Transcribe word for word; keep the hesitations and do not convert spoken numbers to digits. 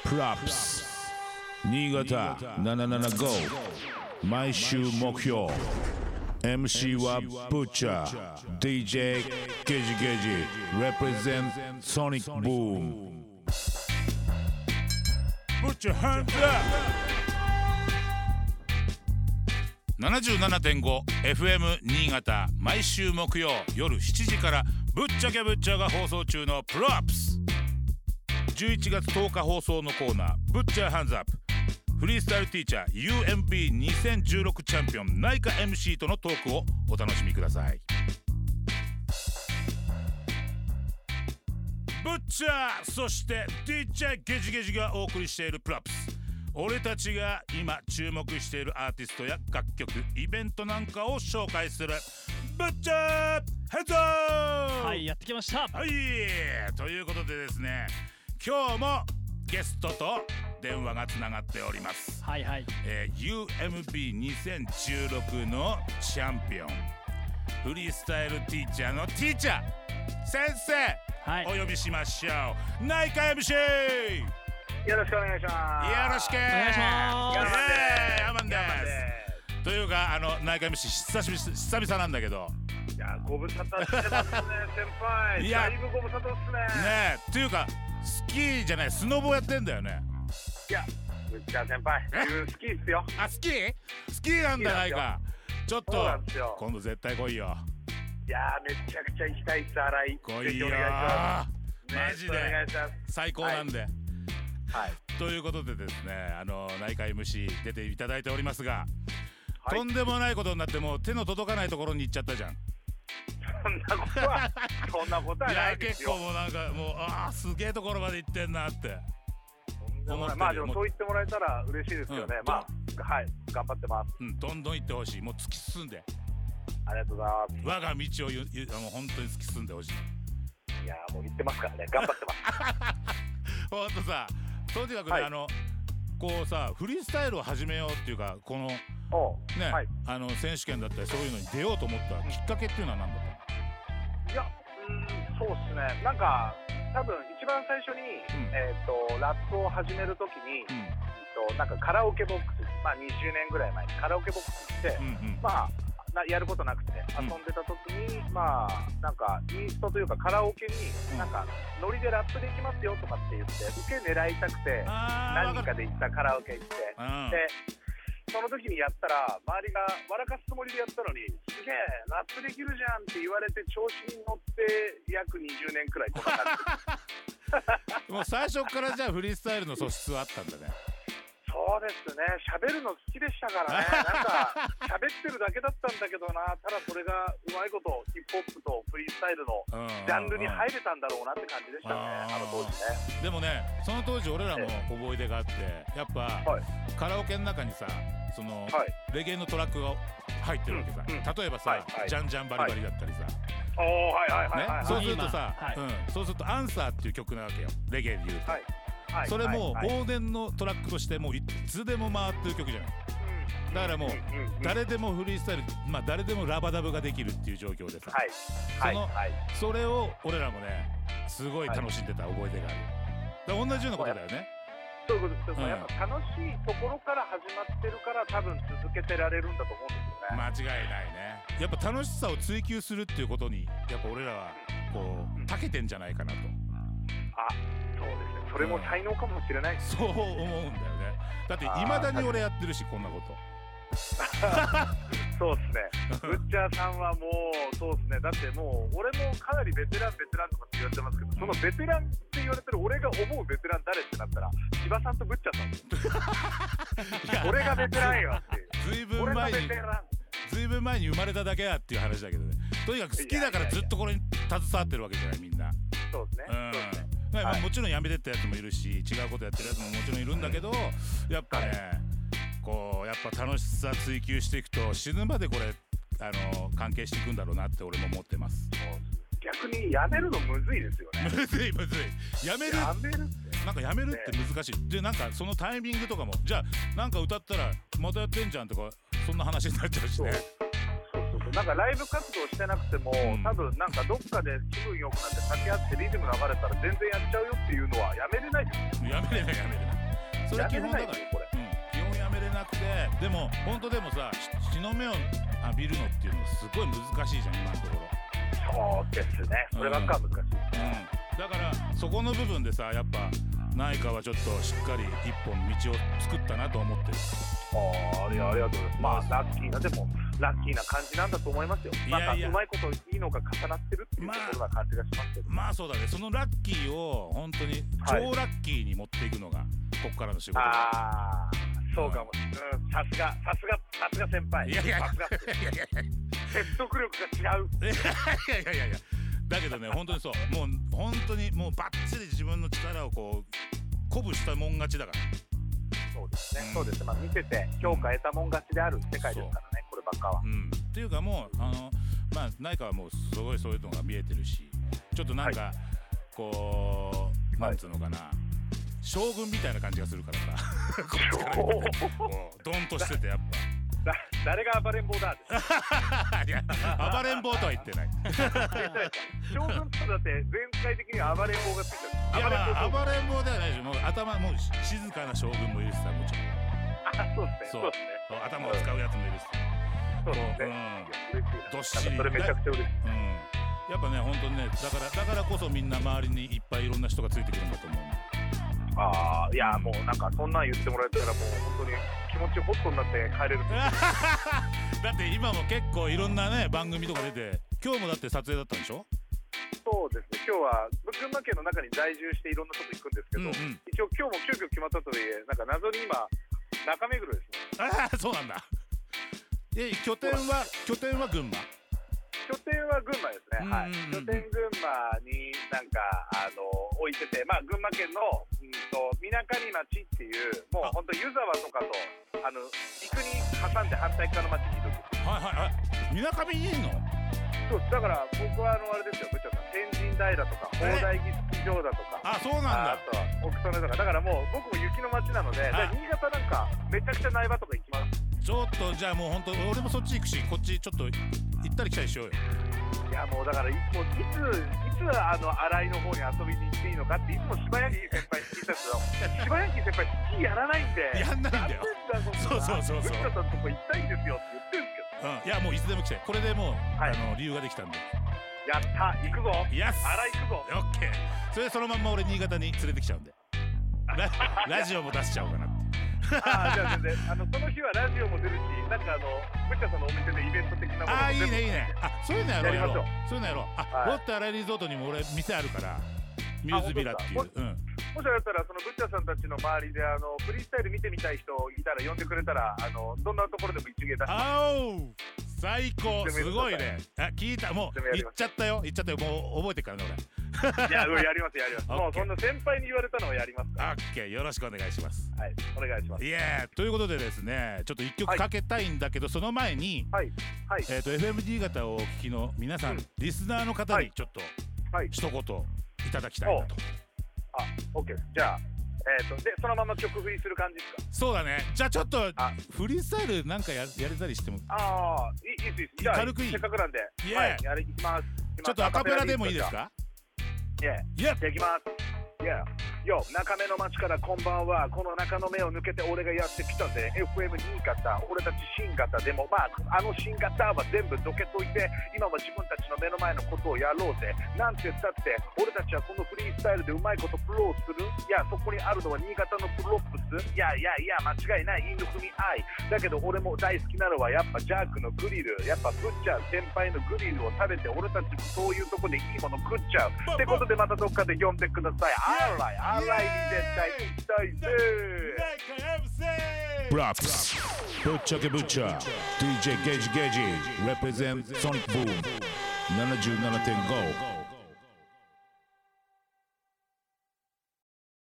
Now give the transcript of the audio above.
プラップス新潟ななななご毎週目標 エムシー はブッチャー ディージェー ゲジゲジ represent Sonic Boom ブッチャーハンズアップ ななじゅうななてんごエフエム 新潟毎週木曜夜しちじからぶっちゃけぶっちゃが放送中のプロアップスじゅういちがつとおか放送のコーナーぶっちゃハンズアップフリースタイルティーチャー ユーエムビーにせんじゅうろく チャンピオン内科 エムシー とのトークをお楽しみください。ぶっちゃそして ディージェー ゲジゲジがお送りしているプロアップス俺たちが今注目しているアーティストや楽曲イベントなんかを紹介するぶっちゃヘッドはいやってきましたはいということでですね今日もゲストと電話がつながっておりますはいはい、 えー、ユーエムビーにせんじゅうろく のチャンピオンフリースタイルティーチャーのティーチャー先生、はい、お呼びしましょう内科 エムシーよろしくお願いします。 よろしくお願いします。 ヤマンです。というかあの内科 エムシー 久しぶり久々なんだけど。 いやご無沙汰してますね先輩。いやだいぶご無沙汰ですね。 ねえというかスキーじゃないスノボやってんだよね。 いやぶっちゃ先輩スキーっすよ。 あスキー？スキーなんだないか。ちょっと今度絶対来いよ。 いやめちゃくちゃ行きたいっす新井。 来いよ。マジで最高なんで。はいはい、ということでですねあの内科 エムシー 出ていただいておりますが、はい、とんでもないことになってもう手の届かないところに行っちゃったじゃん。 そんなことはそんなことはないですよ。 いや結構もうなんかもうああすげえところまで行ってんなって思ってる。 まあでもそう言ってもらえたら嬉しいですよね、うん、まあはい頑張ってます、 うん、どんどん行ってほしい。もう突き進んでありがとうございます。 我が道をゆゆもう本当に突き進んでほしい。 いやもう行ってますからね頑張ってますほんとさとにかくね、はい、あのこうさフリースタイルを始めようっていうかこのね、はい、あの選手権だったりそういうのに出ようと思ったきっかけっていうのは何だったの？ いやうんそうっすねなんか多分一番最初に、うんえー、とラップを始めるときに、うんえー、となんかカラオケボックスまあにじゅうねんぐらい前にカラオケボックスって、うんうん、まあやることなくて遊んでた時に、うん、まあなんかインストというかカラオケになんかノリでラップできますよとかって言って受け狙いたくて何人かで行ったカラオケ行ってでその時にやったら周りが笑かすつもりでやったのにすげえラップできるじゃんって言われて調子に乗って約にじゅうねんくらいこんな感じもう最初からじゃあフリースタイルの素質はあったんだね。 そうですね喋るの好きでしたからねなんか喋ってるだけだったんだけどなただそれがうまいことヒップホップとフリースタイルのジャンルに入れたんだろうなって感じでしたねあの当時ね。 でもねその当時俺らも思い出があってやっぱ、はい、カラオケの中にさその、はい、レゲエのトラックが入ってるわけさ、うんうん、例えばさ、はいはい、ジャンジャンバリバリだったりさ、 はいおはいはいはいはい、 ね、そうするとさ、はいうん、そうするとアンサーっていう曲なわけよレゲエで言うと、はいそれも往年のトラックとしてもういつでも回ってる曲じゃない。だからもう誰でもフリースタイルまあ誰でもラバダブができるっていう状況でさ、はいその、はい、それを俺らもねすごい楽しんでた覚えてがある。だから同じようなことだよね。 そういうことです、うん、やっぱ楽しいところから始まってるから多分続けてられるんだと思うんですよね。 間違いないね。やっぱ楽しさを追求するっていうことにやっぱ俺らはこう長けてんじゃないかなと。 あそうですねそれも才能かもしれない、 うん、そう思うんだよね。だっていまだに俺やってるしこんなことそうですねブッチャーさんはもうそうですねだってもう俺もかなりベテランベテランとかって言われてますけどそのベテランって言われてる俺が思うベテラン誰ってなったら千葉さんとブッチャーさん俺がベテランよっていうずいぶん前にずいぶん前に生まれただけやっていう話だけどねとにかく好きだからずっとこれに携わってるわけじゃないみんな。 そうですね、うんそうですねまあ、もちろんやめてったやつもいるし違うことやってるやつももちろんいるんだけどやっぱね、はい、こうやっぱ楽しさ追求していくと死ぬまでこれあの関係していくんだろうなって俺も思ってます。 逆にやめるのむずいですよね。 むずいむずいやめるやめるってなんかやめるって難しい、ね、でなんかそのタイミングとかもじゃあなんか歌ったらまたやってんじゃんとかそんな話になっちゃうしね。 なんかライブ活動してなくても、うん、多分なんかどっかで気分良くなって酒あってリズム流れたら全然やっちゃうよっていうのはやめれないですよ。 やめれないやめれないそれは基本だから、うん、基本やめれなくて、でも本当でもさ、日の目を浴びるのっていうのはすごい難しいじゃん今のところ。 そうですね、そればっかは難しい、うんうん、 だからそこの部分でさ、やっぱ内科はちょっとしっかり一本道を作ったなと思ってる。 ああ、いや、ありがとうございます。まあラッキーな、でもラッキーな感じなんだと思いますよ。いやいや、なんかうまいこといいのが重なってるっていうところな感じがしますけど、 まあ、まあそうだね、そのラッキーを本当に超ラッキーに持っていくのがここからの仕事。 ああ、そうかも、うん、さすがさすがさすが先輩。いやいやいやいやいや説得力が違う。いやいやいやいや、だけどね、本当にそう、もう本当にもうバッチリ自分の力をこう鼓舞したもん勝ちだから。 そうですね、うん、そうです。まあ見てて評価得たもん勝ちである世界ですからね、こればっかは。 うん、っていうかもうあのまあ内科はもうすごいそういうのが見えてるし、ちょっとなんか、はい、こうなんつうのかな、はい、将軍みたいな感じがするからさこっちからこうドンとしてて、やっぱ誰が暴れん坊だいや、暴れん坊とは言ってない将軍とだって全体的に暴れん坊がついてる。 いや、まあ、暴れん坊ではないし、もう頭もう静かな将軍もいるしさ、もちろん。 あ、そうですね、そうですね、 頭を使うやつもいるし、 そうですね、 どっしり、 それめちゃくちゃ嬉しい。 うん、やっぱね、本当にね、だからだからこそみんな周りにいっぱいいろんな人がついてくるんだと思う。 ああ、いや、もうなんかそんなん言ってもらえたらもう本当に気持ちホットになって帰れるだって今も結構いろんなね番組とか出て、今日もだって撮影だったんでしょ。 そうですね、今日は群馬県の中に在住していろんなとこ行くんですけど、うんうん、一応今日も急遽決まったとはいえ、なんか謎に今中目黒ですね。 ああ、そうなんだ。え、拠点は拠点は群馬。 拠点は群馬ですね、はい、拠点群馬になんかあの置いてて、まあ、群馬県のうんとみなかみ町っていう、もう本当湯沢とかとあの陸に挟んで反対側の町にいるんですよ。 はいはいはい。みなかみにいるの？ そうだから僕はあのあれですよ、ぶっちゃさん、天神平とか砲台木スキー場だとか、 あ、そうなんだ。 あとは奥曽根とか、だからもう僕も雪の町なので、新潟なんかめちゃくちゃ苗場とか行きます。 ちょっとじゃあもう本当俺もそっち行くし、こっちちょっと行ったり来たりしようよ。 いやもうだから、もういついつあの新井の方に遊びに行っていいのかっていつも柴焼先輩に聞いたんですけど、柴焼先輩スキーやらないんで。 やんないんだよ。そうそうそうそう。 ぶっちゃさんとこ行きたいんですよって言ってるんですけど。 うん、いやもういつでも来て、これでもう、はい、あの理由ができたんで。 やった行くぞ。 やす。 新井行くぞ。 オッケー。それでそのまんま俺新潟に連れてきちゃうんで。ラ, ラジオも出しちゃおうかなって。 ああ、じゃあ全然あのその日はラジオも出るし、なんかあのぶっちゃさんのお店でイベント的なものも。 ああ、いいねいいね。あ、そういうのやろうやろう。そういうのやろう。あ、 はい、 ロッテ新井リゾートにも俺店あるから、ミューズビラっていう。 もしあれだったらそのぶっちゃさんたちの周りであのフリースタイル見てみたい人いたら呼んでくれたら、あのどんなところでも一芸出して。 あお、最高、すごいね。あ、聞いた、もう言っちゃったよ言っちゃったよ、もう覚えてるからね俺。 いや、やりますやります。もうそんな先輩に言われたのはやりますから。 オッケー、よろしくお願いします。 はい、お願いします。 イエーイ。ということでですね、ちょっと一曲かけたいんだけど、はい、その前に、はいはい、えっと エフエムディー 型をお聞きの皆さん、うん、リスナーの方にちょっと、はい、一言いただきたいなと。 あ、オッケー。じゃあ、えーと、でそのまま曲振りする感じですか？ そうだね。じゃあちょっとフリースタイルなんか や, やれたりしても。 ああ、いいいいです。じゃあ軽くいい。せっかくなんで、 イエーイ、はい、 やります。 ちょっとアカペラでもいいですか？ イエーイ、じゃあいきます。イエーイ。よ、中目の町からこんばんは。この中の目を抜けて俺がやってきたぜ。 エフエム 新潟、俺たち新型でも、まああの新型は全部どけといて、今は自分たちの目の前のことをやろうぜ。なんて言ったって俺たちはこのフリースタイルでうまいことプローする。いや、そこにあるのは新潟のプロップス。いやいやいや、間違いない、インド組愛だけど、俺も大好きなのはやっぱジャークのグリル。やっぱブッチャー先輩のグリルを食べて、俺たちもそういうとこでいいもの食っちゃうってことで、またどっかで呼んでください。あらいあらいに絶対行きたいぜ。 ブラックスぶっちゃけブッチャー ディージェー ゲージゲージ represent Sonic Boom ななじゅうななてんご